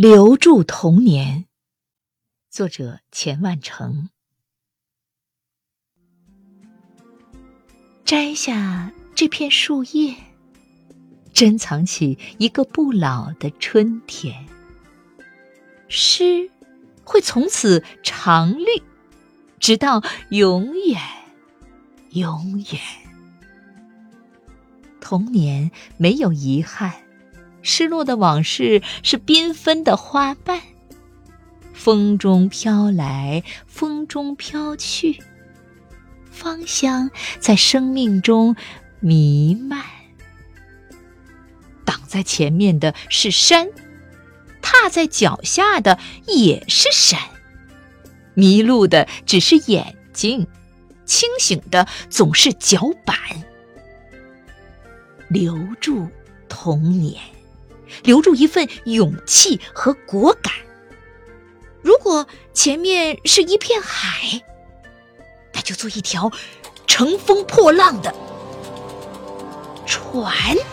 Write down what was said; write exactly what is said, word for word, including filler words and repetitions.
留住童年，作者钱万成。摘下这片树叶，珍藏起一个不老的春天。诗会从此常绿，直到永远，永远。童年没有遗憾，失落的往事是缤纷的花瓣，风中飘来，风中飘去，芳香在生命中弥漫。挡在前面的是山，踏在脚下的也是山。迷路的只是眼睛，清醒的总是脚板。留住童年，留住一份勇气和果敢。如果前面是一片海，那就做一条乘风破浪的船。